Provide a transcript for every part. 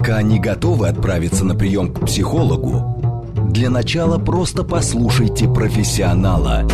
Пока не готовы отправиться на прием к психологу, для начала просто послушайте профессионала.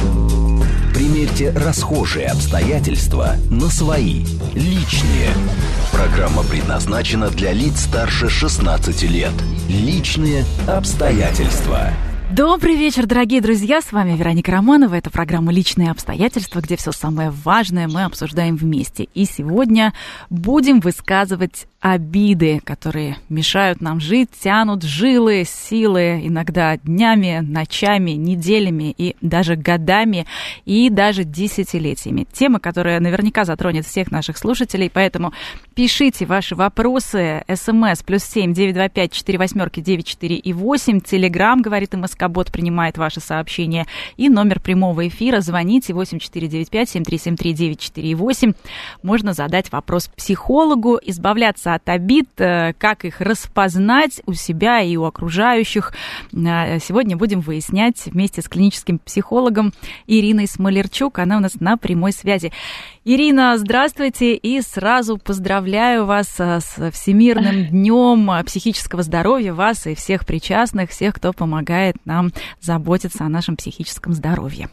Примерьте расхожие обстоятельства на свои, личные. Программа предназначена для лиц старше 16 лет. Личные обстоятельства. Добрый вечер, дорогие друзья, с вами Вероника Романова. Это программа «Личные обстоятельства», где все самое важное мы обсуждаем вместе. И сегодня будем высказывать обиды, которые мешают нам жить, тянут жилы, силы, иногда днями, ночами, неделями и даже годами, и даже десятилетиями. Тема, которая наверняка затронет всех наших слушателей, поэтому пишите ваши вопросы, смс +7 925 48 94 и 8, телеграм, говорит МСК-бот, принимает ваши сообщения, и номер прямого эфира, звоните 8495 7373 94 8. Можно задать вопрос психологу, избавляться от обид, как их распознать у себя и у окружающих. Сегодня будем выяснять вместе с клиническим психологом Ириной Смолерчук. Она у нас на прямой связи. Ирина, здравствуйте, и сразу поздравляю вас с Всемирным днем психического здоровья, вас и всех причастных, всех, кто помогает нам заботиться о нашем психическом здоровье.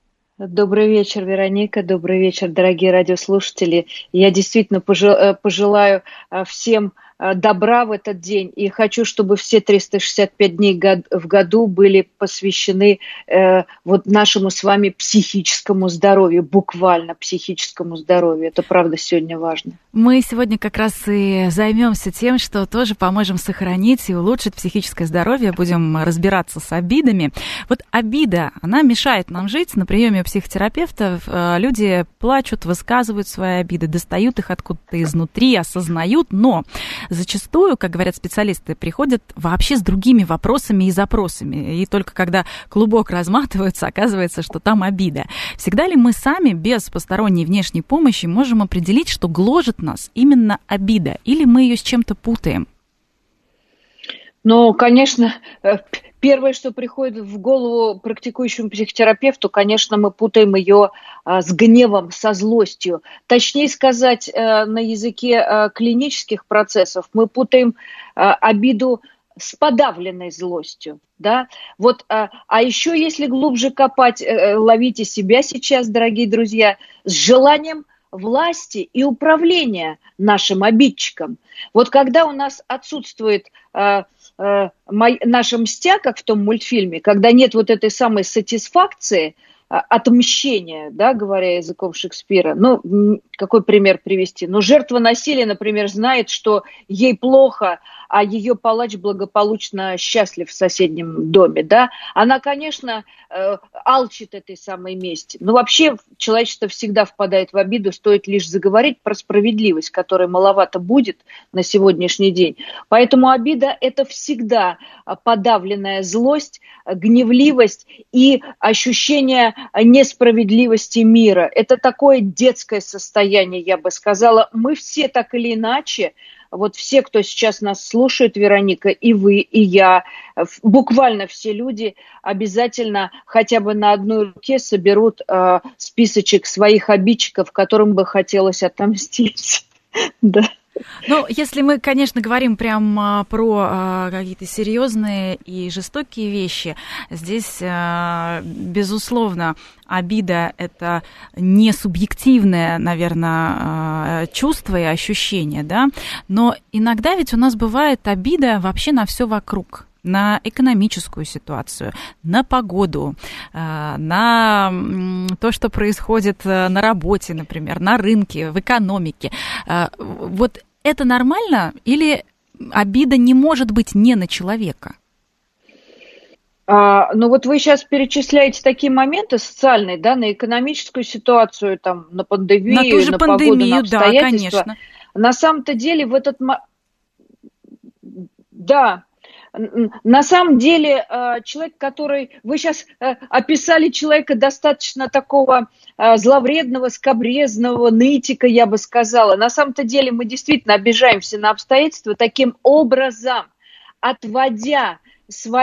Добрый вечер, Вероника, добрый вечер, дорогие радиослушатели. Я действительно пожелаю всем добра в этот день и хочу, чтобы все 365 дней в году были посвящены вот нашему с вами психическому здоровью, буквально психическому здоровью. Это правда сегодня важно. Мы сегодня как раз и займемся тем, что тоже поможем сохранить и улучшить психическое здоровье, будем разбираться с обидами. Вот обида, она мешает нам жить. На приеме у психотерапевтов люди плачут, высказывают свои обиды, достают их откуда-то изнутри, осознают, но зачастую, как говорят специалисты, приходят вообще с другими вопросами и запросами. И только когда клубок разматывается, оказывается, что там обида. Всегда ли мы сами без посторонней внешней помощи можем определить, что гложет нас именно обида? Или мы ее с чем-то путаем? Ну, конечно, первое, что приходит в голову практикующему психотерапевту, конечно, мы путаем ее с гневом, со злостью. Точнее сказать, на языке клинических процессов мы путаем обиду с подавленной злостью. Да? Вот, а еще, если глубже копать, ловите себя сейчас, дорогие друзья, с желанием власти и управления нашим обидчиком. Вот когда у нас отсутствует наша мстя, как в том мультфильме, когда нет вот этой самой сатисфакции, отмщения, да, говоря языком Шекспира. Ну, какой пример привести? Ну, жертва насилия, например, знает, что ей плохо, а ее палач благополучно счастлив в соседнем доме, да. Она, конечно, алчит этой самой мести. Но вообще человечество всегда впадает в обиду, стоит лишь заговорить про справедливость, которой маловато будет на сегодняшний день. Поэтому обида – это всегда подавленная злость, гневливость и ощущение несправедливости мира. Это такое детское состояние, я бы сказала. Мы все так или иначе, вот все, кто сейчас нас слушает, Вероника, и вы, и я, буквально все люди обязательно хотя бы на одной руке соберут списочек своих обидчиков, которым бы хотелось отомстить. Да. Ну, если мы, конечно, говорим прям про какие-то серьезные и жестокие вещи, здесь, безусловно, обида – это не субъективное, наверное, чувство и ощущение, да, но иногда ведь у нас бывает обида вообще на все вокруг. На экономическую ситуацию, на погоду, на то, что происходит на работе, например, на рынке, в экономике. Вот это нормально или обида не может быть не на человека? Ну вот вы сейчас перечисляете такие моменты социальные, да, на экономическую ситуацию, там, на пандемию, на ту же на пандемию, погоду, на обстоятельства. Да, конечно. На самом-то деле в этот... Да. На самом деле человек, который... Вы сейчас описали человека достаточно такого зловредного, скабрезного, нытика, я бы сказала. На самом-то деле мы действительно обижаемся на обстоятельства таким образом, отводя свои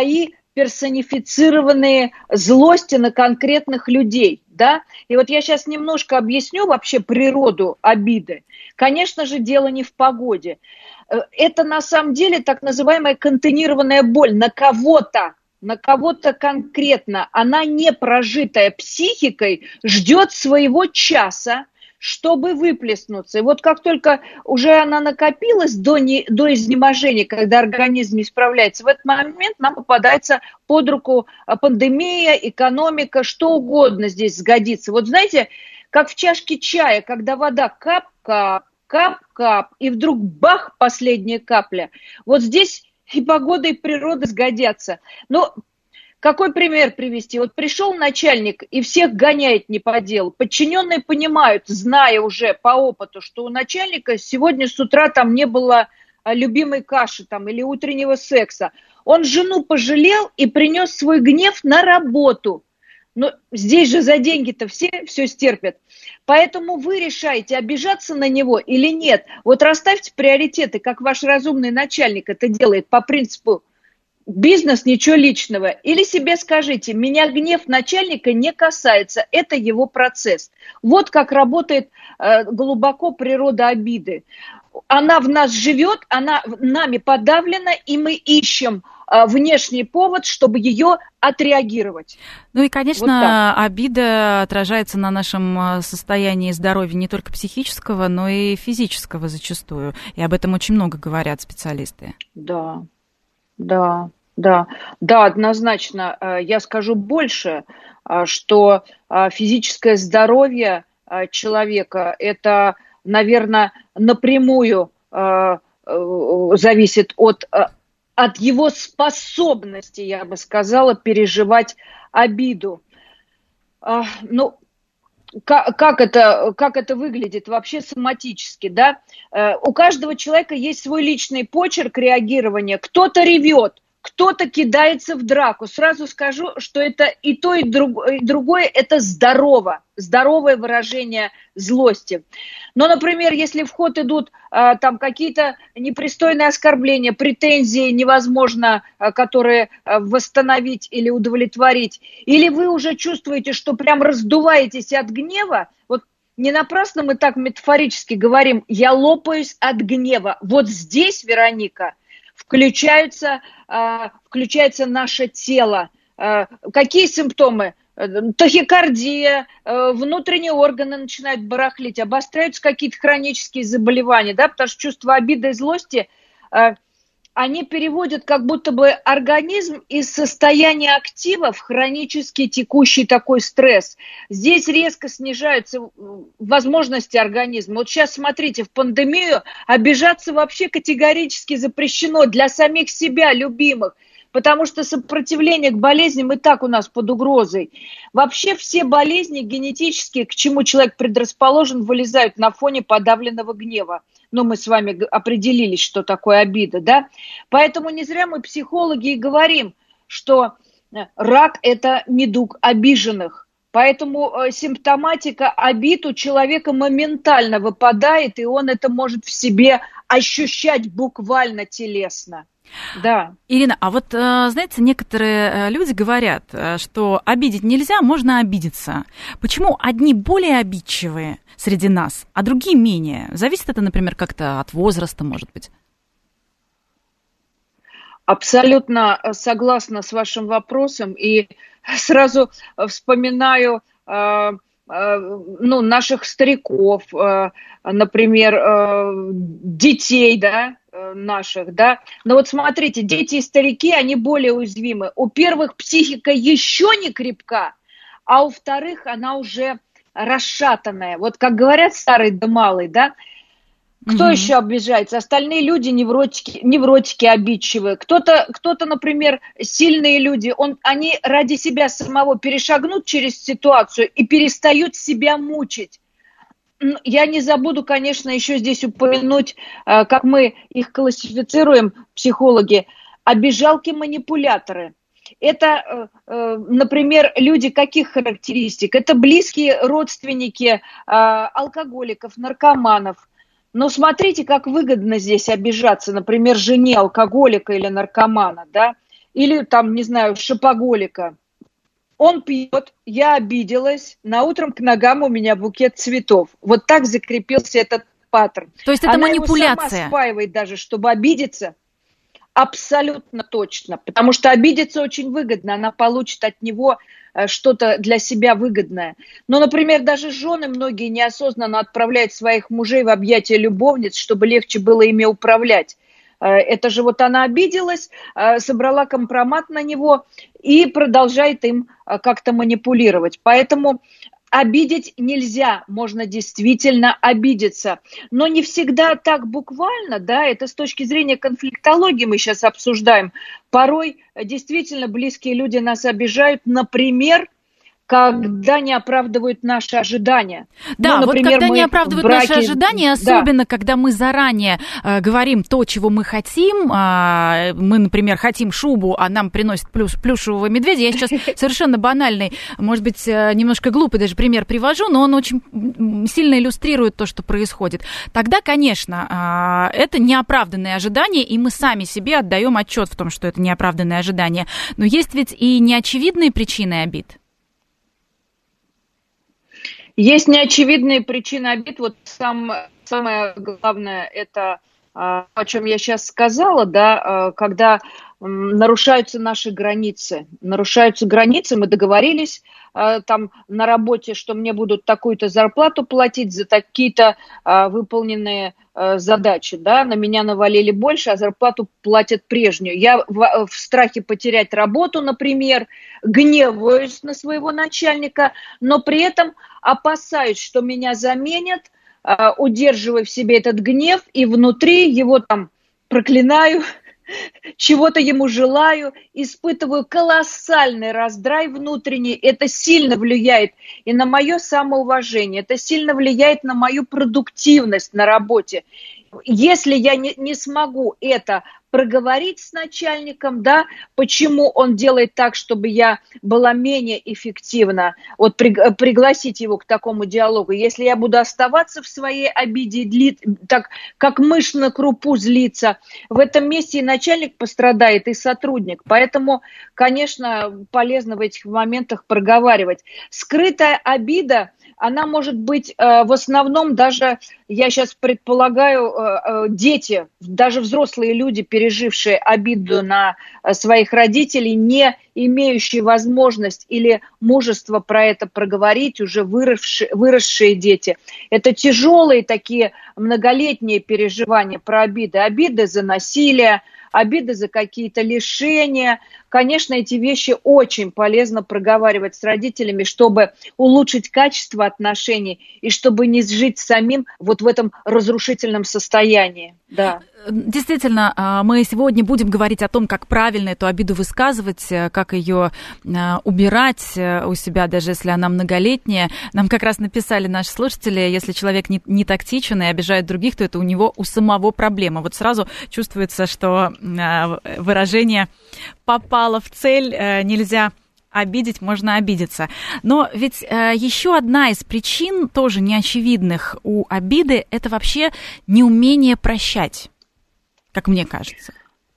персонифицированные злости на конкретных людей, да. И вот я сейчас немножко объясню вообще природу обиды. Конечно же, дело не в погоде. Это на самом деле так называемая контейнированная боль на кого-то конкретно. Она не прожитая психикой ждет своего часа, чтобы выплеснуться. И вот как только уже она накопилась до изнеможения, когда организм не справляется, в этот момент нам попадается под руку пандемия, экономика, что угодно здесь сгодится. Вот знаете, как в чашке чая, когда вода кап-кап, кап-кап, и вдруг бах, последняя капля. Вот здесь и погода, и природа сгодятся. Но какой пример привести? Вот пришел начальник и всех гоняет не по делу. Подчиненные понимают, зная уже по опыту, что у начальника сегодня с утра там не было любимой каши там, или утреннего секса. Он жену пожалел и принес свой гнев на работу. Но здесь же за деньги-то все стерпят. Поэтому вы решаете, обижаться на него или нет. Вот расставьте приоритеты, как ваш разумный начальник это делает по принципу бизнес, ничего личного. Или себе скажите, меня гнев начальника не касается, это его процесс. Вот как работает глубоко природа обиды. Она в нас живет, она нами подавлена, и мы ищем внешний повод, чтобы ее отреагировать. Ну и, конечно, вот обида отражается на нашем состоянии здоровья не только психического, но и физического зачастую. И об этом очень много говорят специалисты. Да, однозначно. Я скажу больше, что физическое здоровье человека – это, наверное, напрямую зависит от его способности, я бы сказала, переживать обиду. Ну, как это выглядит вообще соматически, да? У каждого человека есть свой личный почерк реагирования. Кто-то ревет, кто-то кидается в драку. Сразу скажу, что это и то, и другое – это здоровое выражение злости. Но, например, если в ход идут там какие-то непристойные оскорбления, претензии невозможно, которые восстановить или удовлетворить, или вы уже чувствуете, что прям раздуваетесь от гнева, вот не напрасно мы так метафорически говорим «я лопаюсь от гнева». Вот здесь, Вероника, включается наше тело. Какие симптомы? Тахикардия, внутренние органы начинают барахлить, обостряются какие-то хронические заболевания, да, потому что чувство обиды и злости, они переводят как будто бы организм из состояния актива в хронический текущий такой стресс. Здесь резко снижаются возможности организма. Вот сейчас, смотрите, в пандемию обижаться вообще категорически запрещено для самих себя, любимых, потому что сопротивление к болезням и так у нас под угрозой. Вообще все болезни генетические, к чему человек предрасположен, вылезают на фоне подавленного гнева. Ну, мы с вами определились, что такое обида, да? Поэтому не зря мы, психологи, и говорим, что рак – это недуг обиженных. Поэтому симптоматика обид у человека моментально выпадает, и он это может в себе ощущать буквально телесно. Да. Ирина, а вот, знаете, некоторые люди говорят, что обидеть нельзя, можно обидеться. Почему одни более обидчивые среди нас, а другие менее? Зависит это, например, как-то от возраста, может быть? Абсолютно согласна с вашим вопросом, и сразу вспоминаю наших стариков, например, детей, да, наших, да. Но вот смотрите, дети и старики, они более уязвимы. У первых психика еще не крепка, а у вторых она уже расшатанная. Вот как говорят старый да малый, да. Кто еще обижается? Остальные люди невротики обидчивые. Кто-то, например, сильные люди, они ради себя самого перешагнут через ситуацию и перестают себя мучить. Я не забуду, конечно, еще здесь упомянуть, как мы их классифицируем, психологи, обижалки-манипуляторы. Это, например, люди каких характеристик? Это близкие родственники алкоголиков, наркоманов. Но смотрите, как выгодно здесь обижаться, например, жене алкоголика или наркомана, да? или там, не знаю, шопоголика. Он пьет, я обиделась, на утром к ногам у меня букет цветов. Вот так закрепился этот паттерн. То есть это Она манипуляция. Его сама спаивает даже, чтобы обидеться. Абсолютно точно. Потому что обидеться очень выгодно. Она получит от него что-то для себя выгодное. Но, например, даже жены многие неосознанно отправляют своих мужей в объятия любовниц, чтобы легче было ими управлять. Это же вот она обиделась, собрала компромат на него и продолжает им как-то манипулировать. Поэтому обидеть нельзя, можно действительно обидеться. Но не всегда так буквально, да, это с точки зрения конфликтологии мы сейчас обсуждаем. Порой действительно близкие люди нас обижают, например, когда не оправдывают наши ожидания. Да, ну, например, вот когда не оправдывают наши ожидания, особенно да. Когда мы заранее говорим то, чего мы хотим, мы, например, хотим шубу, а нам приносят плюшевого медведя. Я сейчас совершенно банальный, может быть, немножко глупый даже пример привожу, но он очень сильно иллюстрирует то, что происходит. Тогда, конечно, это неоправданные ожидания, и мы сами себе отдаем отчет в том, что это неоправданные ожидания. Но есть ведь и неочевидные причины обид. Есть неочевидные причины обид. Вот самое главное, это о чем я сейчас сказала, да, когда нарушаются наши границы. Нарушаются границы, мы договорились там на работе, что мне будут такую-то зарплату платить за такие-то выполненные задачи, да, на меня навалили больше, а зарплату платят прежнюю. Я в страхе потерять работу, например, гневаюсь на своего начальника, но при этом опасаюсь, что меня заменят, удерживая в себе этот гнев, и внутри его там проклинаю, чего-то ему желаю, испытываю колоссальный раздрай внутренний. Это сильно влияет и на мое самоуважение, это сильно влияет на мою продуктивность на работе. Если я не смогу это проговорить с начальником, да, почему он делает так, чтобы я была менее эффективна, вот пригласить его к такому диалогу. Если я буду оставаться в своей обиде, так как мышь на крупу злиться, в этом месте и начальник пострадает, и сотрудник. Поэтому, конечно, полезно в этих моментах проговаривать. Скрытая обида, она может быть в основном даже, я сейчас предполагаю, дети, даже взрослые люди, пережившие обиду на своих родителей, не имеющие возможность или мужество про это проговорить, уже выросшие дети. Это тяжелые такие многолетние переживания про обиды. Обиды за насилие, обиды за какие-то лишения. Конечно, эти вещи очень полезно проговаривать с родителями, чтобы улучшить качество отношений и чтобы не жить самим вот в этом разрушительном состоянии. Да. Действительно, мы сегодня будем говорить о том, как правильно эту обиду высказывать, как ее убирать у себя, даже если она многолетняя. Нам как раз написали наши слушатели, если человек не тактичен и обижает других, то это у самого проблема. Вот сразу чувствуется, что выражение «попало в цель», нельзя обидеть, можно обидеться. Но ведь еще одна из причин, тоже неочевидных у обиды, это вообще неумение прощать, как мне кажется.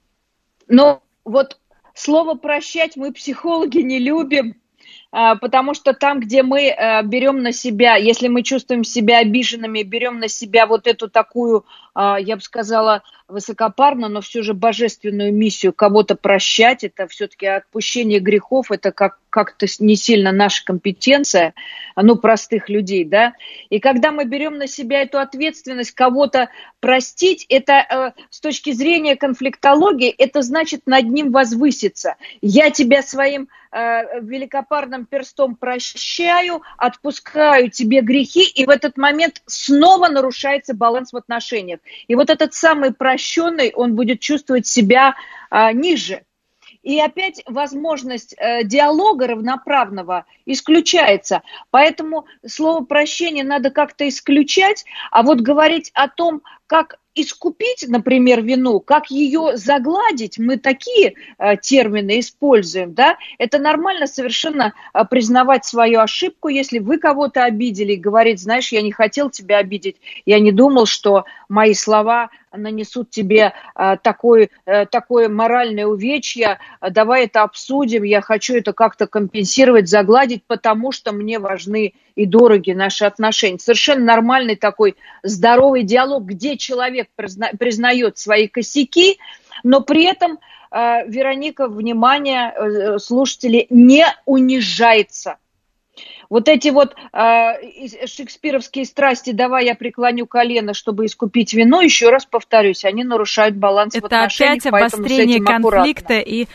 Но вот слово «прощать» мы, психологи, не любим, потому что там, где мы берем на себя, если мы чувствуем себя обиженными, берем на себя вот эту такую, я бы сказала, высокопарно, но все же божественную миссию кого-то прощать, это все-таки отпущение грехов, это как-то не сильно наша компетенция, простых людей, да, и когда мы берем на себя эту ответственность кого-то простить, это с точки зрения конфликтологии, это значит над ним возвыситься. Я тебя своим великопарным перстом прощаю, отпускаю тебе грехи, и в этот момент снова нарушается баланс в отношениях. И вот этот самый прощенный, он будет чувствовать себя ниже. И опять возможность диалога равноправного исключается. Поэтому слово «прощение» надо как-то исключать, а вот говорить о том, как искупить, например, вину, как ее загладить, мы такие термины используем, да, это нормально совершенно признавать свою ошибку, если вы кого-то обидели, говорить, знаешь, я не хотел тебя обидеть, я не думал, что мои слова нанесут тебе такое моральное увечье, давай это обсудим, я хочу это как-то компенсировать, загладить, потому что мне важны и дороги наши отношения. Совершенно нормальный такой здоровый диалог, где человек признает свои косяки, но при этом, Вероника, внимание, слушатели, не унижается. Вот эти вот шекспировские страсти, давай я преклоню колено, чтобы искупить вину, еще раз повторюсь, они нарушают баланс в отношениях. Это опять обострение конфликта и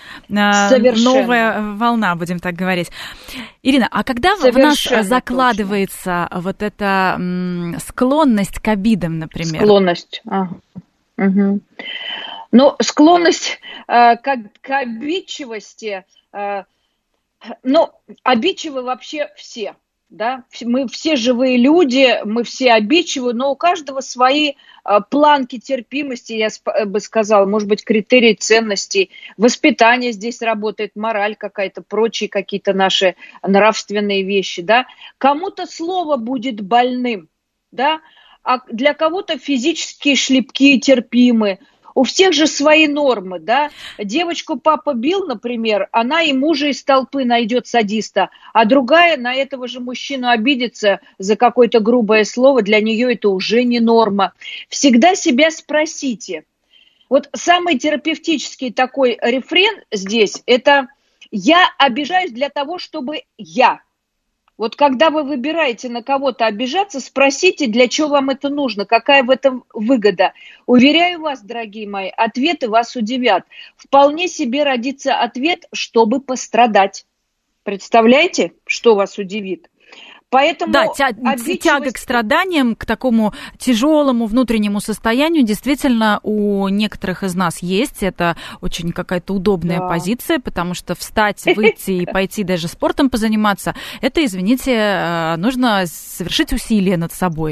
новая волна, будем так говорить. Ирина, а когда в нас закладывается точно вот эта склонность к обидам, например? Склонность. Угу. Ну, склонность к обидчивости... Ну, обидчивы вообще все, да, мы все живые люди, мы все обидчивы, но у каждого свои планки терпимости, я бы сказала, может быть, критерии ценностей, воспитание здесь работает, мораль какая-то, прочие какие-то наши нравственные вещи, да, кому-то слово будет больным, да, а для кого-то физические шлепки терпимы. У всех же свои нормы, да. Девочку папа бил, например, она и мужа из толпы найдет садиста, а другая на этого же мужчину обидится за какое-то грубое слово, для нее это уже не норма. Всегда себя спросите. Вот самый терапевтический такой рефрен здесь, это «я обижаюсь для того, чтобы я». Вот когда вы выбираете на кого-то обижаться, спросите, для чего вам это нужно, какая в этом выгода. Уверяю вас, дорогие мои, ответы вас удивят. Вполне себе родится ответ, чтобы пострадать. Представляете, что вас удивит? Поэтому да, тяга к страданиям, к такому тяжелому внутреннему состоянию действительно у некоторых из нас есть. Это очень какая-то удобная позиция, потому что встать, выйти и пойти даже спортом позаниматься, это, извините, нужно совершить усилия над собой.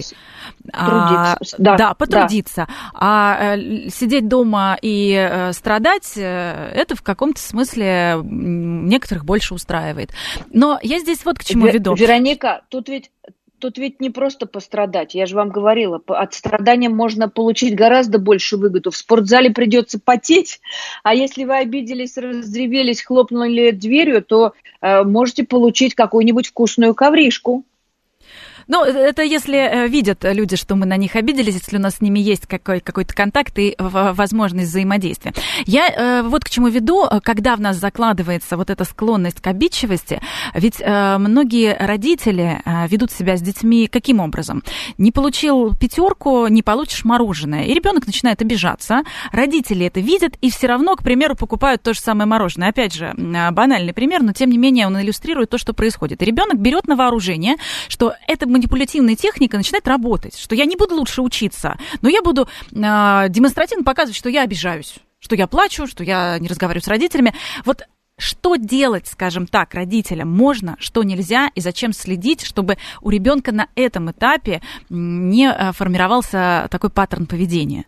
Потрудиться. А сидеть дома и страдать, это в каком-то смысле некоторых больше устраивает. Но я здесь вот к чему веду. Вероника, Тут ведь не просто пострадать, я же вам говорила, от страдания можно получить гораздо больше выгоду. В спортзале придется потеть, а если вы обиделись, разревелись, хлопнули дверью, то можете получить какую-нибудь вкусную ковришку. Ну, это если видят люди, что мы на них обиделись, если у нас с ними есть какой-то контакт и возможность взаимодействия. Я вот к чему веду, когда в нас закладывается вот эта склонность к обидчивости, ведь многие родители ведут себя с детьми каким образом? Не получил 5, не получишь мороженое. И ребенок начинает обижаться, родители это видят и все равно, к примеру, покупают то же самое мороженое. Опять же, банальный пример, но тем не менее он иллюстрирует то, что происходит. И ребенок берет на вооружение, что это манипулятивная техника начинает работать, что я не буду лучше учиться, но я буду демонстративно показывать, что я обижаюсь, что я плачу, что я не разговариваю с родителями. Вот что делать, скажем так, родителям можно, что нельзя, и зачем следить, чтобы у ребенка на этом этапе не формировался такой паттерн поведения?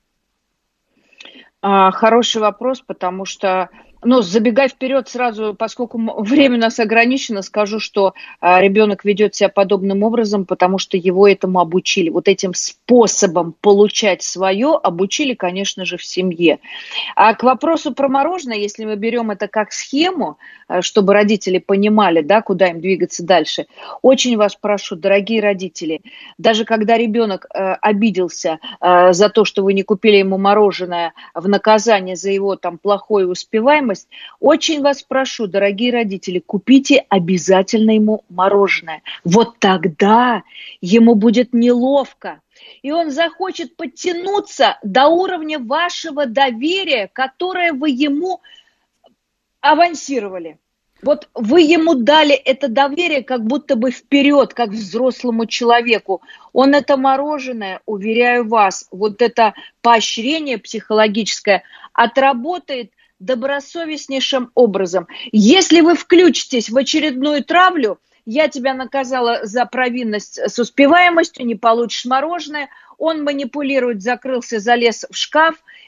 Хороший вопрос, потому что забегая вперед сразу, поскольку время у нас ограничено, скажу, что ребенок ведет себя подобным образом, потому что его этому обучили. Вот этим способом получать свое обучили, конечно же, в семье. А к вопросу про мороженое, если мы берем это как схему, чтобы родители понимали, да, куда им двигаться дальше, очень вас прошу, дорогие родители, даже когда ребенок обиделся за то, что вы не купили ему мороженое в наказание за его там плохую успеваемость, очень вас прошу, дорогие родители, купите обязательно ему мороженое. Вот тогда ему будет неловко. И он захочет подтянуться до уровня вашего доверия, которое вы ему авансировали. Вот вы ему дали это доверие как будто бы вперед, как взрослому человеку. Он это мороженое, уверяю вас, вот это поощрение психологическое отработает добросовестнейшим образом. Если вы включитесь в очередную травлю, я тебя наказала за провинность с успеваемостью, не получишь мороженое, он манипулирует, закрылся, залез в шкаф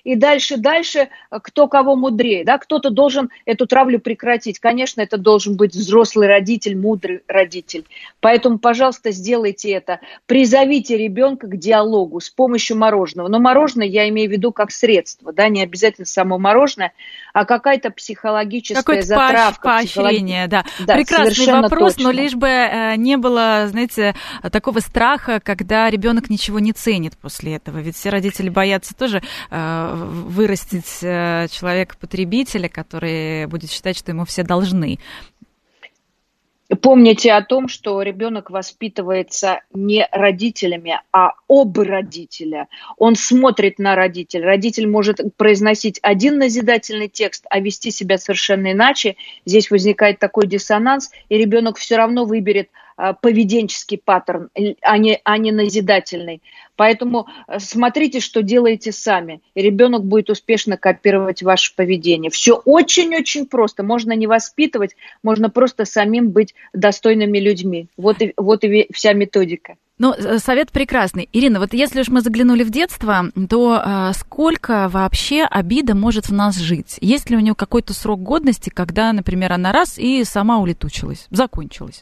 и дальше, кто кого мудрее, да, кто-то должен эту травлю прекратить. Конечно, это должен быть взрослый родитель, мудрый родитель. Поэтому, пожалуйста, сделайте это. Призовите ребенка к диалогу с помощью мороженого. Но мороженое я имею в виду как средство, да, не обязательно само мороженое, а какая-то психологическая затравка. Поощрение, да. Прекрасный вопрос, точно. Но лишь бы не было, знаете, такого страха, когда ребенок ничего не ценит после этого. Ведь все родители боятся тоже вырастить человека-потребителя, который будет считать, что ему все должны. Помните о том, что ребенок воспитывается не родителями, а об родителя. Он смотрит на родителя. Родитель может произносить один назидательный текст, а вести себя совершенно иначе. Здесь возникает такой диссонанс, и ребенок все равно выберет поведенческий паттерн, а не назидательный. Поэтому смотрите, что делаете сами, и ребенок будет успешно копировать ваше поведение. Все очень-очень просто. Можно не воспитывать, можно просто самим быть достойными людьми. Вот и вся методика. Ну, совет прекрасный. Ирина, вот если уж мы заглянули в детство, то сколько вообще обида может в нас жить? Есть ли у нее какой-то срок годности, когда, например, она раз и сама улетучилась, закончилась?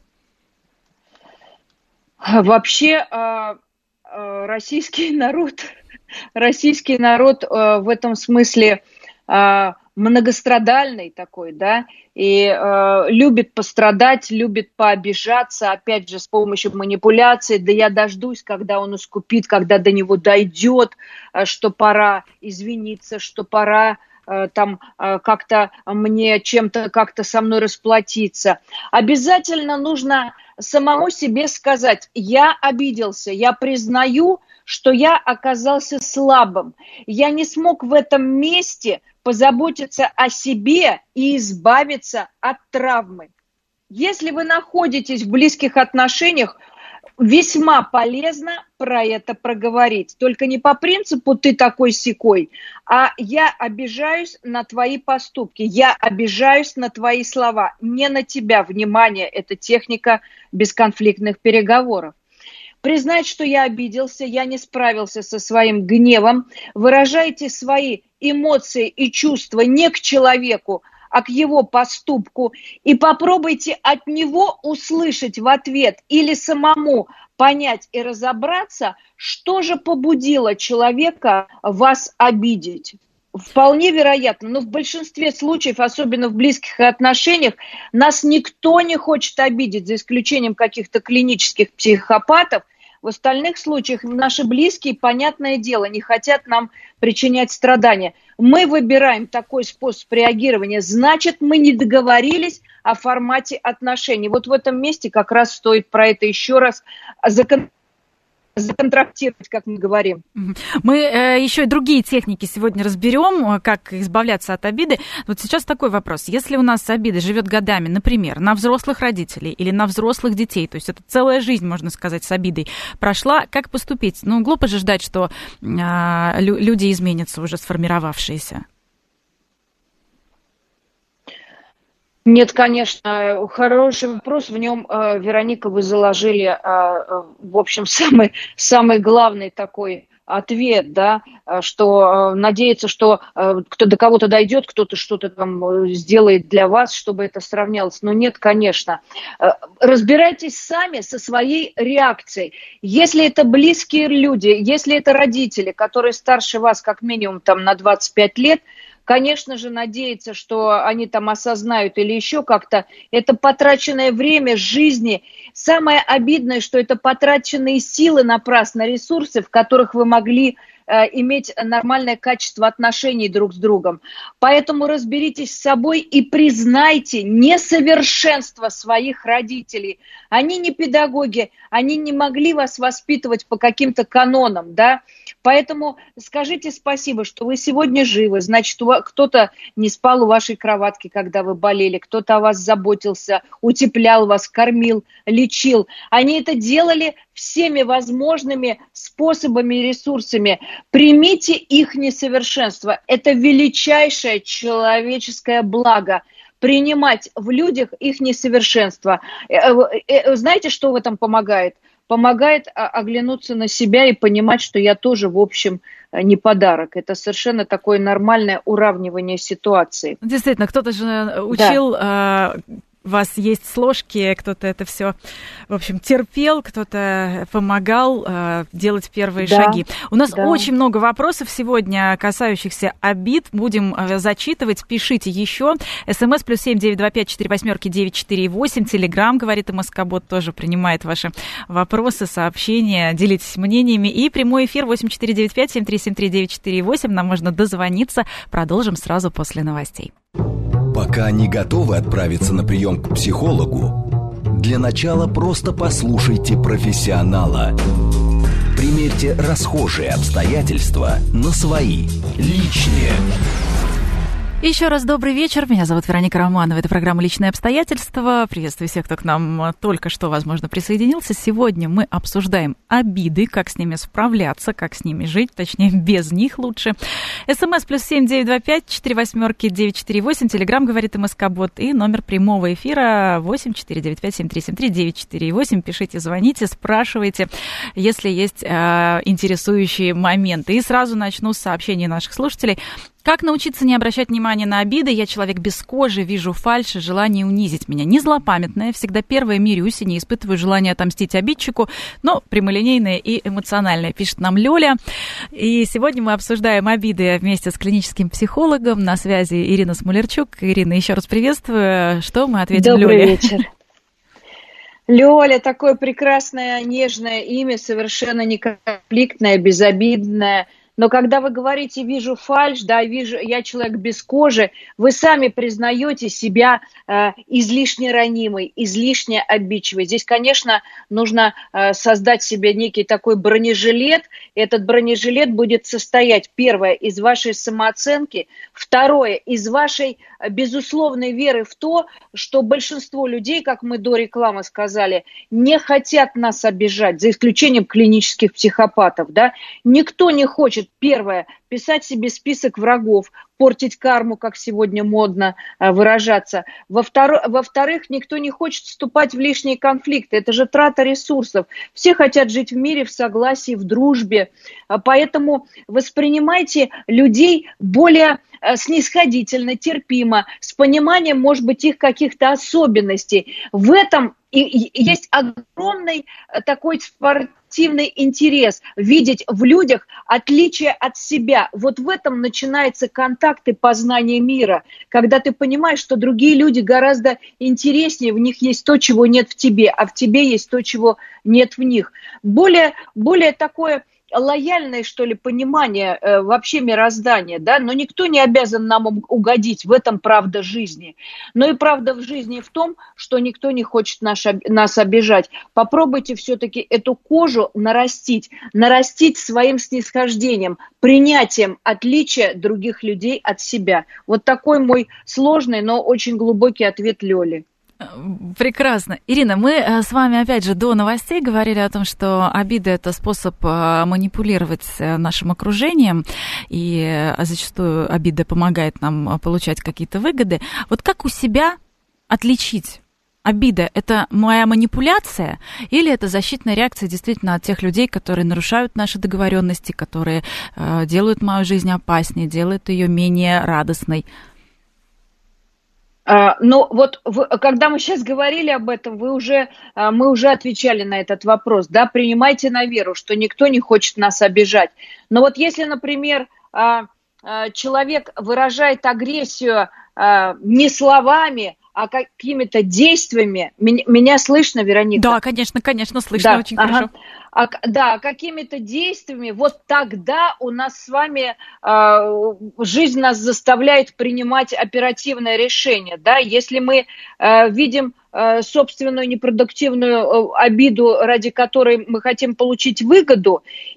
Вообще российский народ в этом смысле многострадальный такой, да, и любит пострадать, любит пообижаться, опять же, с помощью манипуляций. Да я дождусь, когда он искупит, когда до него дойдет, что пора извиниться, что пора там как-то мне чем-то как-то со мной расплатиться. Обязательно нужно самому себе сказать: я обиделся, я признаю, что я оказался слабым. Я не смог в этом месте позаботиться о себе и избавиться от травмы. Если вы находитесь в близких отношениях, весьма полезно про это проговорить. Только не по принципу «ты такой-сякой», а «я обижаюсь на твои поступки, я обижаюсь на твои слова, не на тебя». Внимание, это техника бесконфликтных переговоров. Признать, что я обиделся, я не справился со своим гневом. Выражайте свои эмоции и чувства не к человеку, а к его поступку. И попробуйте от него услышать в ответ или самому понять и разобраться, что же побудило человека вас обидеть. Вполне вероятно, но в большинстве случаев, особенно в близких отношениях, нас никто не хочет обидеть, за исключением каких-то клинических психопатов. В остальных случаях наши близкие, понятное дело, не хотят нам причинять страдания. Мы выбираем такой способ реагирования, значит, мы не договорились о формате отношений. Вот в этом месте как раз стоит про это еще раз законтрактировать, как мы говорим. Мы еще и другие техники сегодня разберем, как избавляться от обиды. Вот сейчас такой вопрос. Если у нас обида живет годами, например, на взрослых родителей или на взрослых детей, то есть это целая жизнь, можно сказать, с обидой прошла, как поступить? Ну, глупо же ждать, что люди изменятся, уже сформировавшиеся. Нет, конечно, хороший вопрос. В нем, Вероника, вы заложили, в общем, самый главный такой ответ, да, что надеяться, что кто до кого-то дойдет, кто-то что-то там сделает для вас, чтобы это сравнялось. Но нет, конечно. Разбирайтесь сами со своей реакцией. Если это близкие люди, если это родители, которые старше вас как минимум там на 25 лет, конечно же, надеяться, что они там осознают или еще как-то, это потраченное время жизни. Самое обидное, что это потраченные силы напрасно, ресурсы, в которых вы могли иметь нормальное качество отношений друг с другом. Поэтому разберитесь с собой и признайте несовершенство своих родителей. Они не педагоги, они не могли вас воспитывать по каким-то канонам, да. Поэтому скажите спасибо, что вы сегодня живы, значит, кто-то не спал у вашей кроватки, когда вы болели, кто-то о вас заботился, утеплял вас, кормил, лечил. Они это делали всеми возможными способами и ресурсами. Примите их несовершенство. Это величайшее человеческое благо. Принимать в людях их несовершенство. Знаете, что в этом помогает? помогает оглянуться на себя и понимать, что я тоже, в общем, не подарок. Это совершенно такое нормальное уравнивание ситуации. Действительно, кто-то же учил вас есть с ложки, кто-то это все, в общем, терпел, кто-то помогал делать первые шаги. У нас очень много вопросов сегодня, касающихся обид. Будем зачитывать. Пишите еще. СМС +7 925 48 948. Телеграм, говорит МСК-бот, тоже принимает ваши вопросы, сообщения. Делитесь мнениями. И прямой эфир 8495 7373 948. Нам можно дозвониться. Продолжим сразу после новостей. Пока не готовы отправиться на прием к психологу, для начала просто послушайте профессионала. Примерьте расхожие обстоятельства на свои, личные. Еще раз добрый вечер. Меня зовут Вероника Романова. Это программа «Личные обстоятельства». Приветствую всех, кто к нам только что, возможно, присоединился. Сегодня мы обсуждаем обиды, как с ними справляться, как с ними жить, точнее, без них лучше. СМС +7 925 48 948. Телеграм, говорит МСК-бот. И номер прямого эфира 8 495 7373 948. Пишите, звоните, спрашивайте, если есть интересующие моменты. И сразу начну с сообщений наших слушателей. Как научиться не обращать внимания на обиды? Я человек без кожи, вижу фальшь и желание унизить меня. Не злопамятная, всегда первая мирюсь и не испытываю желания отомстить обидчику, но прямолинейная и эмоциональная, пишет нам Лёля. И сегодня мы обсуждаем обиды вместе с клиническим психологом. На связи Ирина Смолерчук. Ирина, еще раз приветствую. Что мы ответим Лёле? Добрый вечер. Лёля, такое прекрасное, нежное имя, совершенно не конфликтное, безобидное. Но когда вы говорите «вижу фальшь», да, вижу, я человек без кожи, вы сами признаете себя излишне ранимой, излишне обидчивой. Здесь, конечно, нужно создать себе некий такой бронежилет. Этот бронежилет будет состоять, первое, из вашей самооценки, второе, из вашей безусловной веры в то, что большинство людей, как мы до рекламы сказали, не хотят нас обижать, за исключением клинических психопатов, да. Никто не хочет, первое, писать себе список врагов, портить карму, как сегодня модно выражаться. Во-вторых, никто не хочет вступать в лишние конфликты. Это же трата ресурсов. Все хотят жить в мире, в согласии, в дружбе. Поэтому воспринимайте людей более снисходительно, терпимо, с пониманием, может быть, их каких-то особенностей. В этом и есть огромный такой спортивный интерес видеть в людях отличие от себя. Вот в этом начинается контакт и познание мира, когда ты понимаешь, что другие люди гораздо интереснее, в них есть то, чего нет в тебе, а в тебе есть то, чего нет в них. Более такое лояльное, что ли, понимание вообще мироздания, да, но никто не обязан нам угодить, в этом правда жизни. Но и правда в жизни в том, что никто не хочет нас обижать. Попробуйте все-таки эту кожу нарастить своим снисхождением, принятием отличия других людей от себя. Вот такой мой сложный, но очень глубокий ответ Лёли. Прекрасно. Ирина, мы с вами, опять же, до новостей говорили о том, что обида – это способ манипулировать нашим окружением, и зачастую обида помогает нам получать какие-то выгоды. Вот как у себя отличить? Обида – это моя манипуляция или это защитная реакция действительно от тех людей, которые нарушают наши договоренности, которые делают мою жизнь опаснее, делают ее менее радостной? Ну вот, когда мы сейчас говорили об этом, мы уже отвечали на этот вопрос, да, принимайте на веру, что никто не хочет нас обижать. Но вот если, например, человек выражает агрессию не словами, а какими-то действиями, меня слышно, Вероника? Да, конечно, слышно, да, очень хорошо. Да, какими-то действиями, вот тогда у нас с вами жизнь нас заставляет принимать оперативное решение, да, если мы видим собственную непродуктивную обиду, ради которой мы хотим получить выгоду,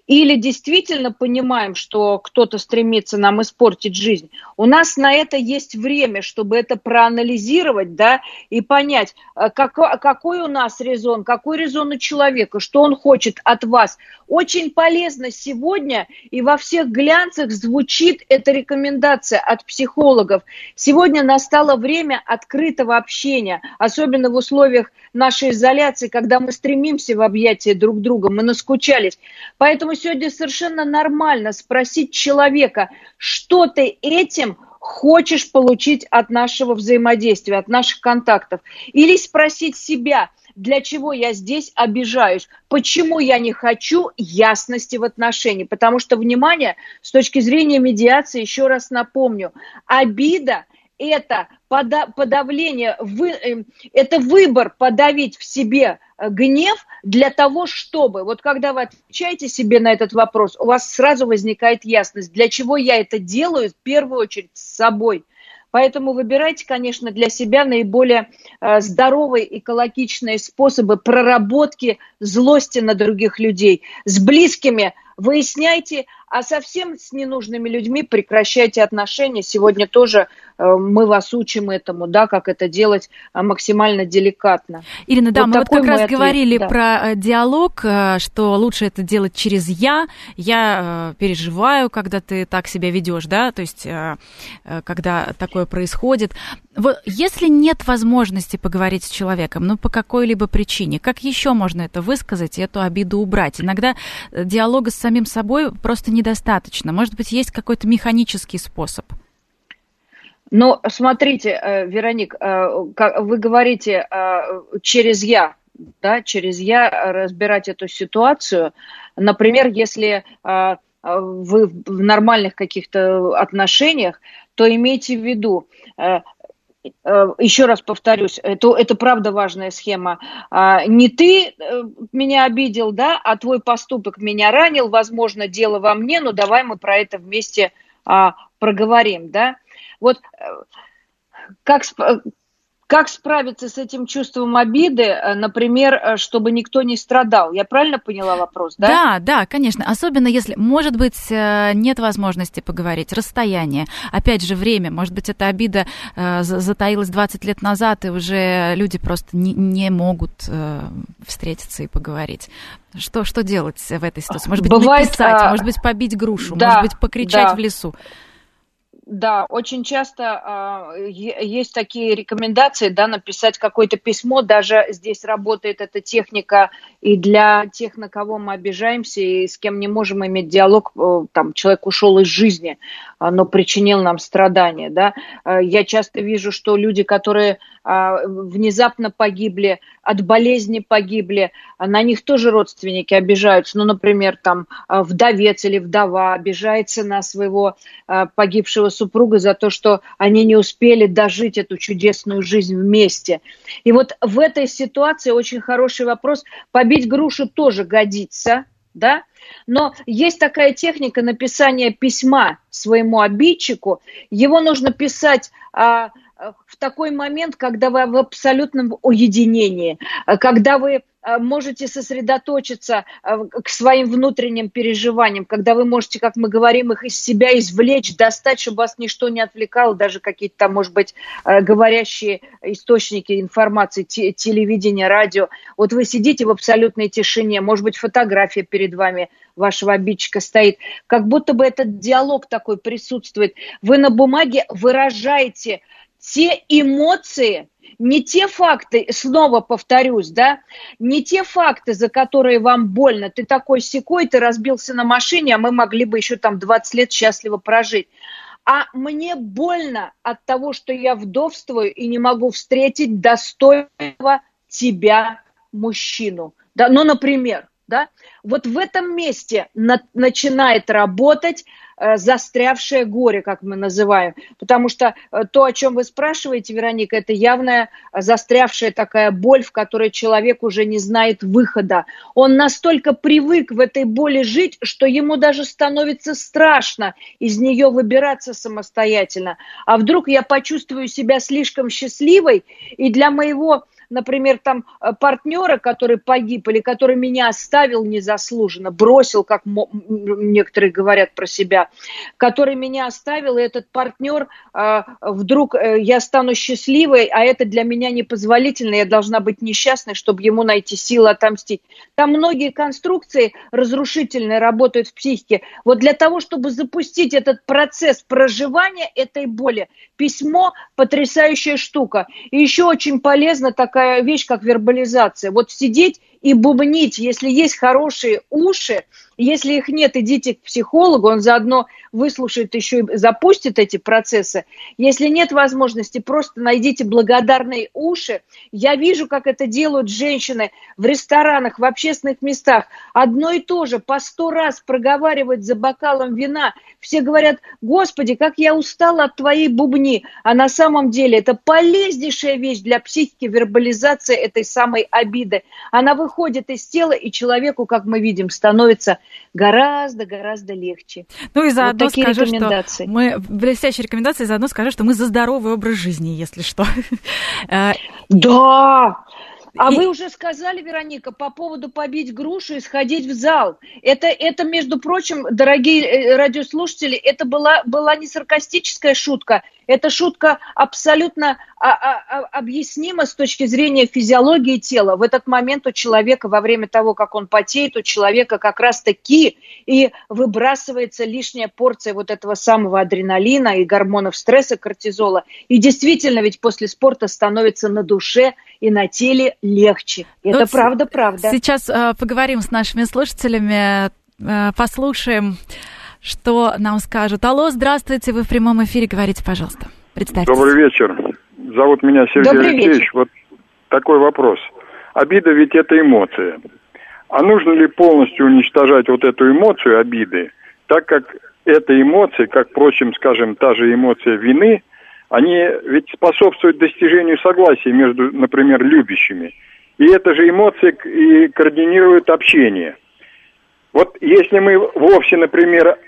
или действительно понимаем, что кто-то стремится нам испортить жизнь. У нас на это есть время, чтобы это проанализировать, да, и понять, какой у нас резон, какой резон у человека, что он хочет от вас. Очень полезно сегодня, и во всех глянцах звучит эта рекомендация от психологов. Сегодня настало время открытого общения, особенно в условиях нашей изоляции, когда мы стремимся в объятия друг друга, мы наскучались. Поэтому сегодня совершенно нормально спросить человека, что ты этим хочешь получить от нашего взаимодействия, от наших контактов. Или спросить себя, для чего я здесь обижаюсь, почему я не хочу ясности в отношении. Потому что, внимание, с точки зрения медиации, еще раз напомню, обида – это подавление, это выбор подавить в себе гнев для того, чтобы, вот когда вы отвечаете себе на этот вопрос, у вас сразу возникает ясность, для чего я это делаю, в первую очередь с собой. Поэтому выбирайте, конечно, для себя наиболее здоровые, экологичные способы проработки злости на других людей. С близкими выясняйте, а совсем с ненужными людьми прекращайте отношения. Сегодня тоже мы вас учим этому, да, как это делать максимально деликатно. Ирина, да, вот мы вот как раз ответ, говорили да. про диалог, что лучше это делать через я переживаю, когда ты так себя ведешь, да, то есть когда такое происходит. Вот, если нет возможности поговорить с человеком, ну, по какой-либо причине, как еще можно это высказать и эту обиду убрать? Иногда диалога с самим собой просто недостаточно. Может быть, есть какой-то механический способ? Ну, смотрите, Вероник, вы говорите через «я», да, через «я» разбирать эту ситуацию. Например, если вы в нормальных каких-то отношениях, то имейте в виду, еще раз повторюсь, это правда важная схема. Не ты меня обидел, да, а твой поступок меня ранил, возможно, дело во мне, но давай мы про это вместе проговорим, да. Вот как справиться с этим чувством обиды, например, чтобы никто не страдал? Я правильно поняла вопрос, да? Да, конечно. Особенно если, может быть, нет возможности поговорить, расстояние. Опять же, время. Может быть, эта обида затаилась 20 лет назад, и уже люди просто не могут встретиться и поговорить. Что делать в этой ситуации? Может быть, написать, может быть, побить грушу, может быть, покричать в лесу. Да, очень часто есть такие рекомендации, да, написать какое-то письмо, даже здесь работает эта техника и для тех, на кого мы обижаемся и с кем не можем иметь диалог, там, человек ушел из жизни, но причинил нам страдания, да. Я часто вижу, что люди, которые внезапно погибли, от болезни погибли, на них тоже родственники обижаются, ну, например, там, вдовец или вдова обижается на своего погибшего супруга за то, что они не успели дожить эту чудесную жизнь вместе. И вот в этой ситуации очень хороший вопрос. Побить грушу тоже годится, да? Но есть такая техника написания письма своему обидчику. Его нужно писать в такой момент, когда вы в абсолютном уединении, когда вы можете сосредоточиться к своим внутренним переживаниям, когда вы можете, как мы говорим, их из себя извлечь, достать, чтобы вас ничто не отвлекало, даже какие-то там, может быть, говорящие источники информации, телевидение, радио. Вот вы сидите в абсолютной тишине, может быть, фотография перед вами вашего обидчика стоит, как будто бы этот диалог такой присутствует. Вы на бумаге выражаете те эмоции, не те факты, снова повторюсь, да, не те факты, за которые вам больно. Ты такой-сякой, ты разбился на машине, а мы могли бы еще там 20 лет счастливо прожить. А мне больно от того, что я вдовствую и не могу встретить достойного тебя мужчину. Да, ну, например, да, вот в этом месте начинает работать застрявшее горе, как мы называем. Потому что то, о чем вы спрашиваете, Вероника, это явная застрявшая такая боль, в которой человек уже не знает выхода. Он настолько привык в этой боли жить, что ему даже становится страшно из нее выбираться самостоятельно. А вдруг я почувствую себя слишком счастливой, и для моего например, там партнера, который погиб или который меня оставил незаслуженно, бросил, как некоторые говорят про себя, который меня оставил, и этот партнер, вдруг я стану счастливой, а это для меня непозволительно, я должна быть несчастной, чтобы ему найти силы отомстить. Там многие конструкции разрушительные работают в психике. Вот для того, чтобы запустить этот процесс проживания этой боли, письмо – потрясающая штука. И еще очень полезна такая вещь, как вербализация. Вот сидеть и бубнить, если есть хорошие уши, если их нет, идите к психологу, он заодно выслушает еще и запустит эти процессы. Если нет возможности, просто найдите благодарные уши. Я вижу, как это делают женщины в ресторанах, в общественных местах. Одно и то же, по 100 раз проговаривают за бокалом вина. Все говорят: Господи, как я устала от твоей бубни. А на самом деле это полезнейшая вещь для психики, вербализация этой самой обиды. Она выходит из тела, и человеку, как мы видим, становится гораздо легче. Ну и заодно вот скажу, что мы блестящие рекомендации, заодно скажу, что мы за здоровый образ жизни, если что. Да! А вы уже сказали, Вероника, по поводу побить грушу и сходить в зал. Это, между прочим, дорогие радиослушатели, это была не саркастическая шутка. Эта шутка абсолютно объяснима с точки зрения физиологии тела. В этот момент у человека, во время того, как он потеет, у человека как раз-таки и выбрасывается лишняя порция вот этого самого адреналина и гормонов стресса, кортизола. И действительно, ведь после спорта становится на душе и на теле легче. Это правда. Сейчас поговорим с нашими слушателями, послушаем, что нам скажут. Алло, здравствуйте, вы в прямом эфире, говорите, пожалуйста. Представьтесь. Добрый вечер. Зовут меня Сергей Алексеевич. Вот такой вопрос. Обида ведь это эмоция. А нужно ли полностью уничтожать вот эту эмоцию обиды, так как эта эмоция, как, впрочем, скажем, та же эмоция вины, они ведь способствуют достижению согласия между, например, любящими. И эта же эмоция и координирует общение. Вот если мы вовсе, например,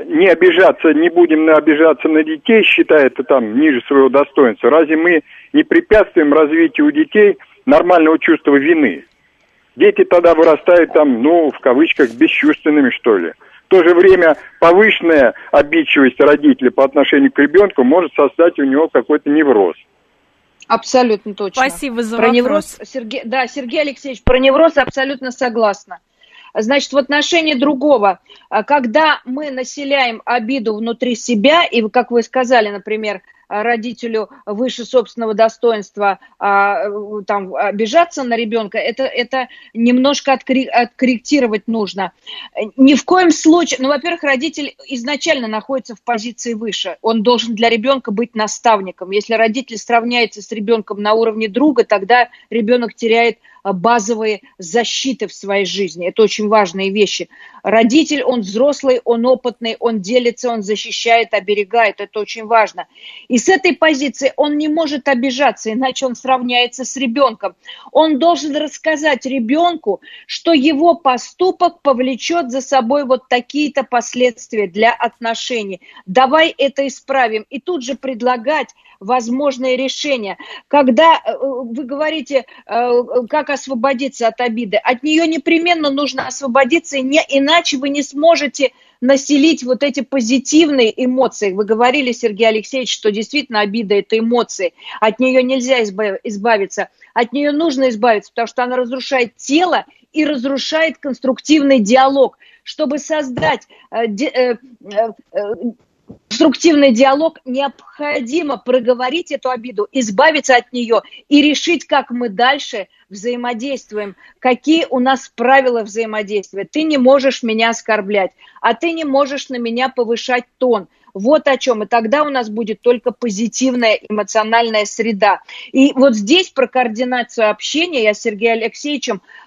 не будем обижаться на детей, считая это там ниже своего достоинства, разве мы не препятствуем развитию у детей нормального чувства вины? Дети тогда вырастают там, в кавычках, бесчувственными, что ли. В то же время повышенная обидчивость родителей по отношению к ребенку может создать у него какой-то невроз. Абсолютно точно. Спасибо за вопрос. Невроз, Сергей Алексеевич, про невроз абсолютно согласна. Значит, в отношении другого, когда мы населяем обиду внутри себя, и, как вы сказали, например, родителю выше собственного достоинства там, обижаться на ребенка, это немножко откорректировать нужно. Ни в коем случае, во-первых, родитель изначально находится в позиции выше, он должен для ребенка быть наставником. Если родитель сравняется с ребенком на уровне друга, тогда ребенок теряет базовые защиты в своей жизни. Это очень важные вещи. Родитель, он взрослый, он опытный, он делится, он защищает, оберегает. Это очень важно. И с этой позиции он не может обижаться, иначе он сравняется с ребенком. Он должен рассказать ребенку, что его поступок повлечет за собой вот такие-то последствия для отношений. Давай это исправим. И тут же предлагать возможные решения. Когда вы говорите, как освободиться от обиды, от нее непременно нужно освободиться, иначе вы не сможете населить вот эти позитивные эмоции. Вы говорили, Сергей Алексеевич, что действительно обида – это эмоции. От нее нельзя избавиться. От нее нужно избавиться, потому что она разрушает тело и разрушает конструктивный диалог. Чтобы создать конструктивный диалог, необходимо проговорить эту обиду, избавиться от нее и решить, как мы дальше взаимодействуем, какие у нас правила взаимодействия. Ты не можешь меня оскорблять, а ты не можешь на меня повышать тон. Вот о чем. И тогда у нас будет только позитивная эмоциональная среда. И вот здесь про координацию общения я с Сергеем Алексеевичем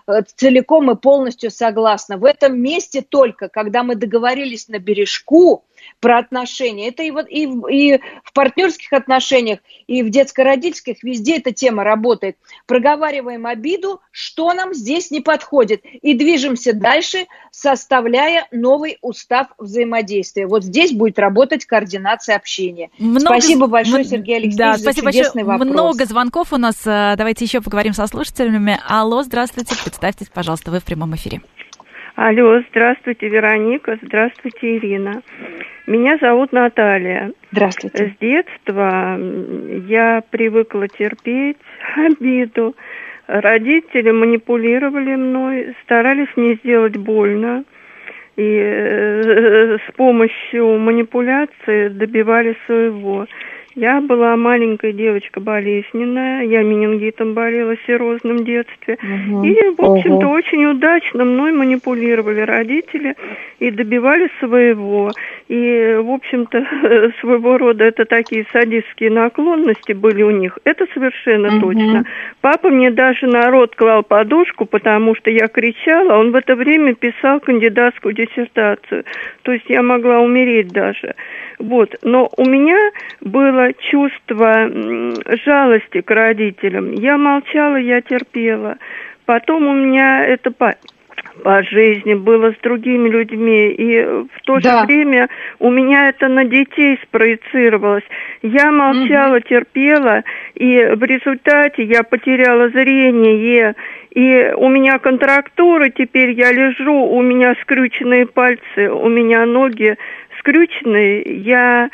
целиком и полностью согласна. В этом месте только, когда мы договорились на бережку про отношения, это и в партнерских отношениях, и в детско-родительских, везде эта тема работает. Проговариваем обиду, что нам здесь не подходит, и движемся дальше, составляя новый устав взаимодействия. Вот здесь будет работать координация общения. Спасибо большое, Сергей Алексеевич, за чудесный вопрос. Много звонков у нас. Давайте еще поговорим со слушателями. Алло, здравствуйте, представьтесь, пожалуйста, вы в прямом эфире. Алло, здравствуйте, Вероника, здравствуйте, Ирина. Меня зовут Наталья. Здравствуйте. С детства я привыкла терпеть обиду. Родители манипулировали мной, старались мне сделать больно. И с помощью манипуляции добивались своего. Я была маленькая девочка болезненная, я менингитом болела в серозном детстве. И, в общем-то, очень удачно мной манипулировали родители и добивались своего. И, в общем-то, своего рода это такие садистские наклонности были у них. Это совершенно точно. Папа мне даже на рот клал подушку, потому что я кричала. Он в это время писал кандидатскую диссертацию. То есть я могла умереть даже. Вот. Но у меня было чувство жалости к родителям. Я молчала, я терпела. Потом у меня это по жизни было с другими людьми. И в то же время у меня это на детей спроецировалось. Я молчала, терпела, и в результате я потеряла зрение. И у меня контрактура, теперь я лежу, у меня скрюченные пальцы, у меня ноги скрюченные. Я,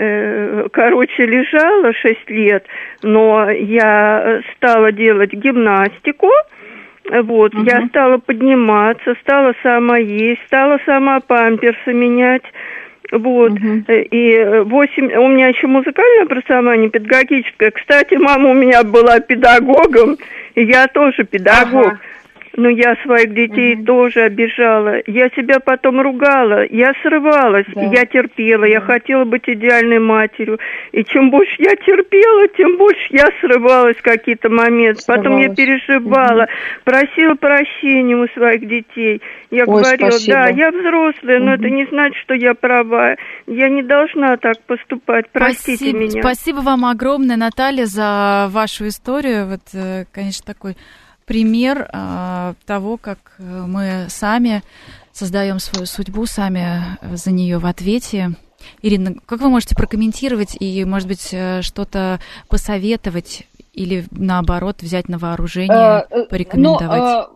лежала 6 лет, но я стала делать гимнастику. Вот, я стала подниматься, стала сама есть, стала сама памперсы менять. Вот, и у меня еще музыкальное образование, педагогическое. Кстати, мама у меня была педагогом, и я тоже педагог. Но я своих детей тоже обижала. Я себя потом ругала, я срывалась, я терпела, я хотела быть идеальной матерью. И чем больше я терпела, тем больше я срывалась в какие-то моменты. Потом я переживала, просила прощения у своих детей. Я говорила, да, я взрослая, но это не значит, что я права. Я не должна так поступать, простите меня. Спасибо вам огромное, Наталья, за вашу историю. Вот, конечно, такой пример того, как мы сами создаем свою судьбу, сами за нее в ответе. Ирина, как вы можете прокомментировать и, может быть, что-то посоветовать или, наоборот, взять на вооружение, порекомендовать?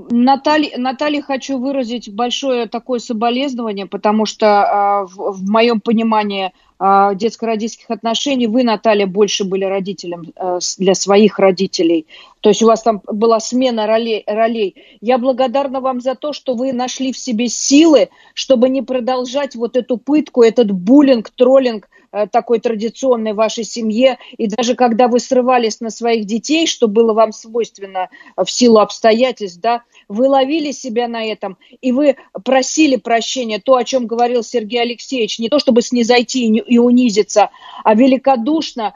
Наталье хочу выразить большое такое соболезнование, потому что в моем понимании детско-родительских отношений вы, Наталья, больше были родителем для своих родителей. То есть у вас там была смена ролей. Я благодарна вам за то, что вы нашли в себе силы, чтобы не продолжать вот эту пытку, этот буллинг, троллинг такой традиционной в вашей семье. И даже когда вы срывались на своих детей, что было вам свойственно в силу обстоятельств, да, вы ловили себя на этом, и вы просили прощения, то, о чем говорил Сергей Алексеевич, не то чтобы снизойти и унизиться, а великодушно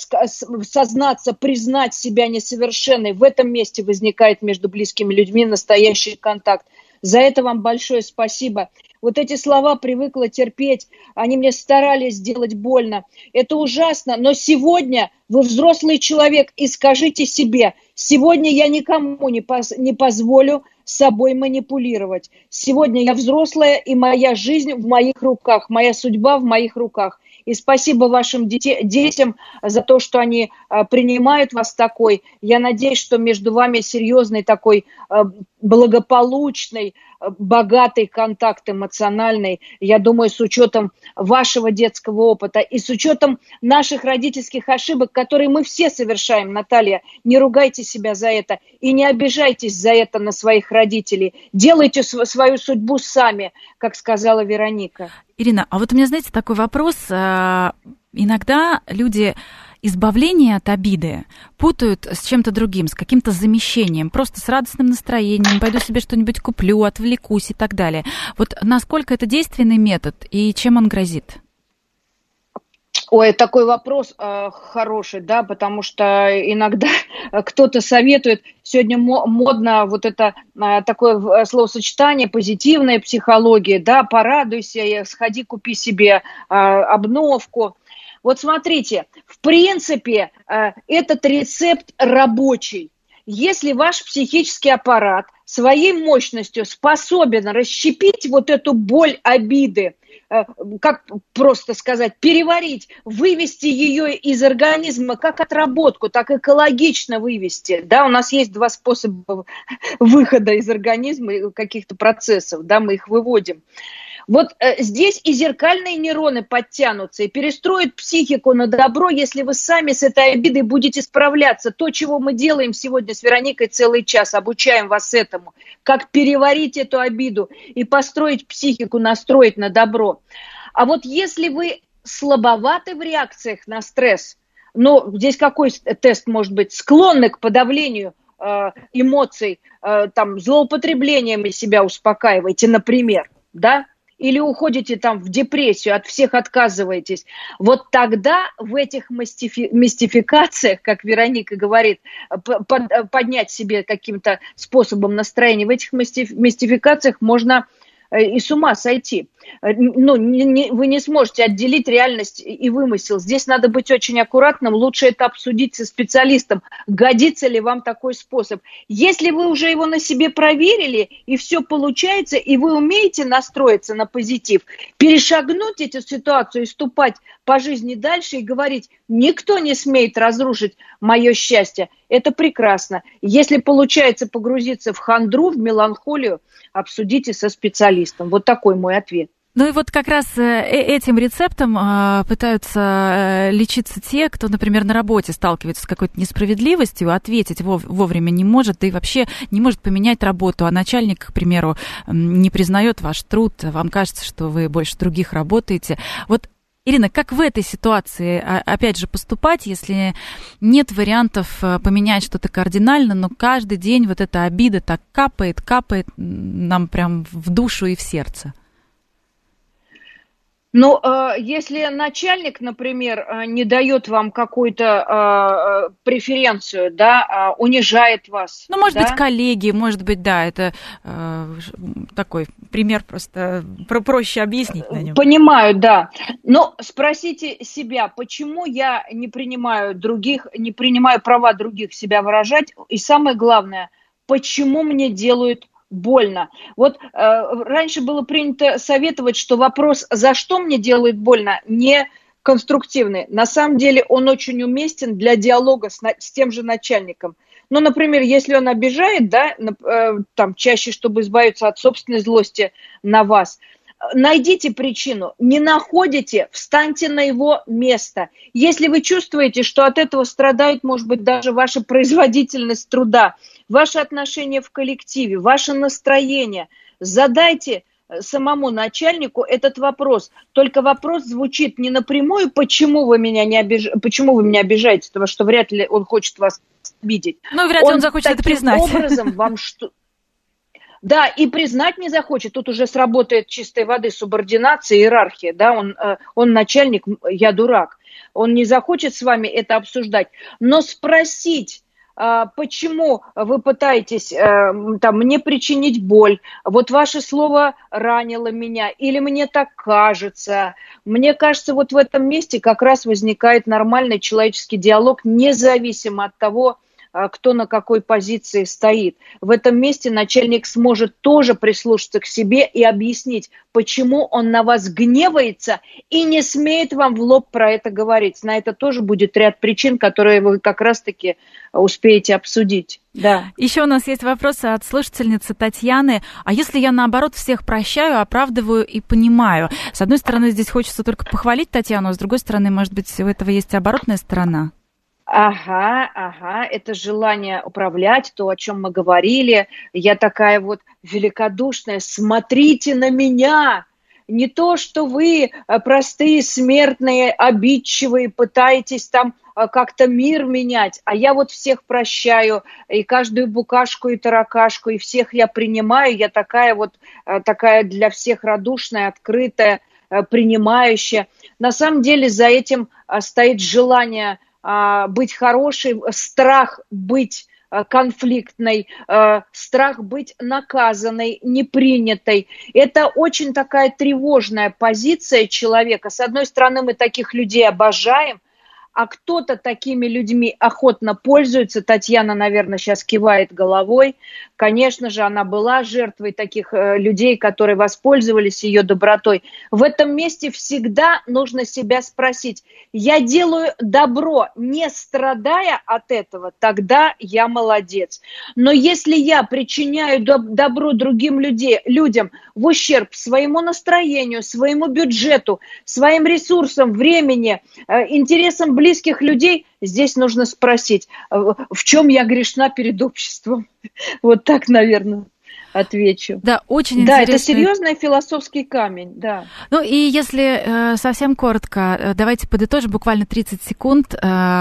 сознаться, признать себя несовершенной. В этом месте возникает между близкими людьми настоящий контакт. За это вам большое спасибо. Вот эти слова «привыкла терпеть», они мне старались сделать больно. Это ужасно, но сегодня вы взрослый человек, и скажите себе: сегодня я никому не позволю собой манипулировать. Сегодня я взрослая, и моя жизнь в моих руках, моя судьба в моих руках. И спасибо вашим детям за то, что они принимают вас такой. Я надеюсь, что между вами серьезный такой благополучный, богатый контакт эмоциональный. Я думаю, с учетом вашего детского опыта и с учетом наших родительских ошибок, которые мы все совершаем, Наталья, не ругайте себя за это и не обижайтесь за это на своих родителей. Делайте свою судьбу сами, как сказала Вероника. Ирина, а вот у меня, знаете, такой вопрос. Иногда люди избавление от обиды путают с чем-то другим, с каким-то замещением, просто с радостным настроением, пойду себе что-нибудь куплю, отвлекусь и так далее. Вот насколько это действенный метод и чем он грозит? Ой, такой вопрос хороший, да, потому что иногда кто-то советует, сегодня модно вот это такое словосочетание, позитивная психология, да, порадуйся, сходи, купи себе обновку. Вот смотрите, в принципе, этот рецепт рабочий. Если ваш психический аппарат своей мощностью способен расщепить вот эту боль обиды, как просто сказать, переварить, вывести ее из организма как отработку, так экологично вывести. Да, у нас есть 2 способа выхода из организма каких-то процессов, да, мы их выводим. Вот здесь и зеркальные нейроны подтянутся, и перестроят психику на добро, если вы сами с этой обидой будете справляться. То, чего мы делаем сегодня с Вероникой целый час, обучаем вас этому, как переварить эту обиду и построить психику, настроить на добро. А вот если вы слабоваты в реакциях на стресс, ну, здесь какой тест может быть? Склонны к подавлению эмоций, там, злоупотреблением себя успокаиваете, например, да? Или уходите там в депрессию, от всех отказываетесь, вот тогда в этих мистификациях, как Вероника говорит, поднять себе каким-то способом настроение, в этих мистификациях можно и с ума сойти. Ну, вы не сможете отделить реальность и вымысел. Здесь надо быть очень аккуратным. Лучше это обсудить со специалистом. Годится ли вам такой способ? Если вы уже его на себе проверили, и все получается, и вы умеете настроиться на позитив, перешагнуть эту ситуацию и ступать по жизни дальше и говорить, никто не смеет разрушить мое счастье, это прекрасно. Если получается погрузиться в хандру, в меланхолию, обсудите со специалистом. Вот такой мой ответ. Ну и вот как раз этим рецептом пытаются лечиться те, кто, например, на работе сталкивается с какой-то несправедливостью, ответить вовремя не может, да и вообще не может поменять работу, а начальник, к примеру, не признает ваш труд, вам кажется, что вы больше других работаете. Вот, Ирина, как в этой ситуации, опять же, поступать, если нет вариантов поменять что-то кардинально, но каждый день вот эта обида так капает нам прям в душу и в сердце? Ну, если начальник, например, не дает вам какую-то преференцию, да, унижает вас. Ну, может быть, коллеги, может быть, да, это такой пример, просто проще объяснить на нем. Понимаю, да. Но спросите себя, почему я не принимаю права других себя выражать, и самое главное, почему мне делают больно. Вот раньше было принято советовать, что вопрос, за что мне делают больно, не конструктивный. На самом деле он очень уместен для диалога с тем же начальником. Ну, например, если он обижает, да, там чаще, чтобы избавиться от собственной злости на вас, найдите причину. Не находите, встаньте на его место. Если вы чувствуете, что от этого страдает, может быть, даже ваша производительность труда, ваши отношения в коллективе, ваше настроение, задайте самому начальнику этот вопрос. Только вопрос звучит не напрямую, почему вы меня обижаете, потому что вряд ли он хочет вас обидеть. Ну, вряд ли он захочет это признать. Образом вам что... Да, и признать не захочет. Тут уже сработает чистой воды субординация, иерархия. Да? Он начальник, я дурак. Он не захочет с вами это обсуждать. Но спросить, почему вы пытаетесь мне причинить боль, вот ваше слово ранило меня, или мне так кажется. Мне кажется, вот в этом месте как раз возникает нормальный человеческий диалог, независимо от того, кто на какой позиции стоит. В этом месте начальник сможет тоже прислушаться к себе и объяснить, почему он на вас гневается и не смеет вам в лоб про это говорить. На это тоже будет ряд причин, которые вы как раз-таки успеете обсудить. Да. Еще у нас есть вопросы от слушательницы Татьяны. А если я, наоборот, всех прощаю, оправдываю и понимаю? С одной стороны, здесь хочется только похвалить Татьяну, а с другой стороны, может быть, у этого есть оборотная сторона? Ага, это желание управлять, то, о чем мы говорили. Я такая вот великодушная, смотрите на меня. Не то, что вы простые смертные, обидчивые, пытаетесь там как-то мир менять, а я вот всех прощаю, и каждую букашку и таракашку, и всех я принимаю, я такая для всех радушная, открытая. принимающая. На самом деле за этим стоит желание быть хорошей, страх быть конфликтной, страх быть наказанной, непринятой. Это очень такая тревожная позиция человека. С одной стороны, мы таких людей обожаем, а кто-то такими людьми охотно пользуется. Татьяна, наверное, сейчас кивает головой. Конечно же, она была жертвой таких людей, которые воспользовались ее добротой. В этом месте всегда нужно себя спросить: я делаю добро, не страдая от этого, тогда я молодец. Но если я причиняю добро другим людям в ущерб своему настроению, своему бюджету, своим ресурсам, времени, интересам близких людей, здесь нужно спросить, в чем я грешна перед обществом. Вот так, наверное, отвечу. Да, очень интересно. Да, это серьезный философский камень, да. Ну и если совсем коротко, давайте подытожим, буквально 30 секунд.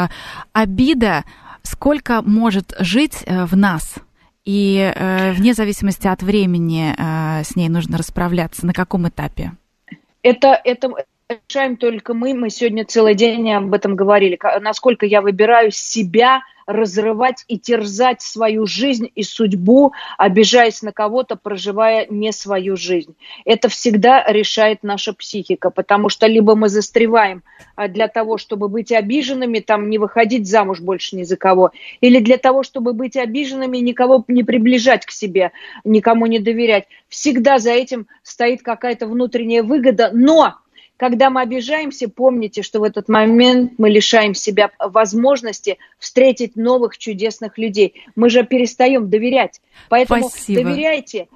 Обида сколько может жить в нас? И вне зависимости от времени с ней нужно расправляться. На каком этапе? Это решаем только мы сегодня целый день об этом говорили, насколько я выбираю себя разрывать и терзать свою жизнь и судьбу, обижаясь на кого-то, проживая не свою жизнь. Это всегда решает наша психика, потому что либо мы застреваем для того, чтобы быть обиженными, там не выходить замуж больше ни за кого, или для того, чтобы быть обиженными, никого не приближать к себе, никому не доверять. Всегда за этим стоит какая-то внутренняя выгода, но когда мы обижаемся, помните, что в этот момент мы лишаем себя возможности встретить новых чудесных людей. Мы же перестаем доверять. Поэтому доверяйте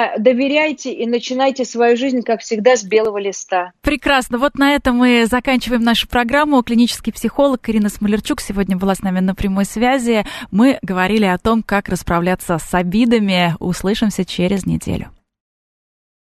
и начинайте свою жизнь, как всегда, с белого листа. Прекрасно. Вот на этом мы заканчиваем нашу программу. Клинический психолог Ирина Смолярчук сегодня была с нами на прямой связи. Мы говорили о том, как расправляться с обидами. Услышимся через неделю.